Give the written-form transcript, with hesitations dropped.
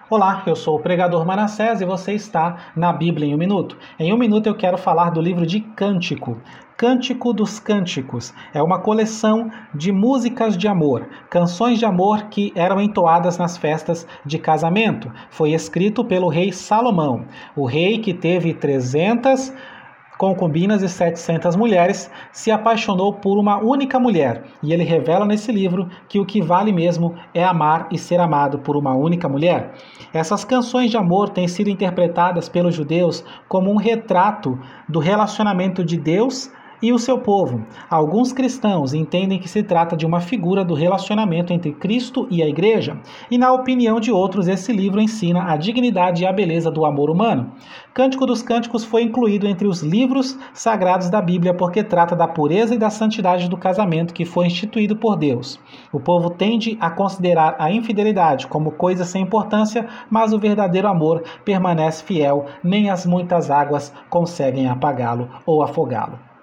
Olá, eu sou o pregador Manassés e você está na Bíblia em um Minuto. Em um minuto eu quero falar do livro de Cântico. Cântico dos Cânticos é uma coleção de músicas de amor, canções de amor que eram entoadas nas festas de casamento. Foi escrito pelo rei Salomão, o rei que teve 300 concubinas e 700 mulheres, se apaixonou por uma única mulher. E ele revela nesse livro que o que vale mesmo é amar e ser amado por uma única mulher. Essas canções de amor têm sido interpretadas pelos judeus como um retrato do relacionamento de Deus e o seu povo. Alguns cristãos entendem que se trata de uma figura do relacionamento entre Cristo e a Igreja, e na opinião de outros, esse livro ensina a dignidade e a beleza do amor humano. Cântico dos Cânticos foi incluído entre os livros sagrados da Bíblia porque trata da pureza e da santidade do casamento que foi instituído por Deus. O povo tende a considerar a infidelidade como coisa sem importância, mas o verdadeiro amor permanece fiel, nem as muitas águas conseguem apagá-lo ou afogá-lo.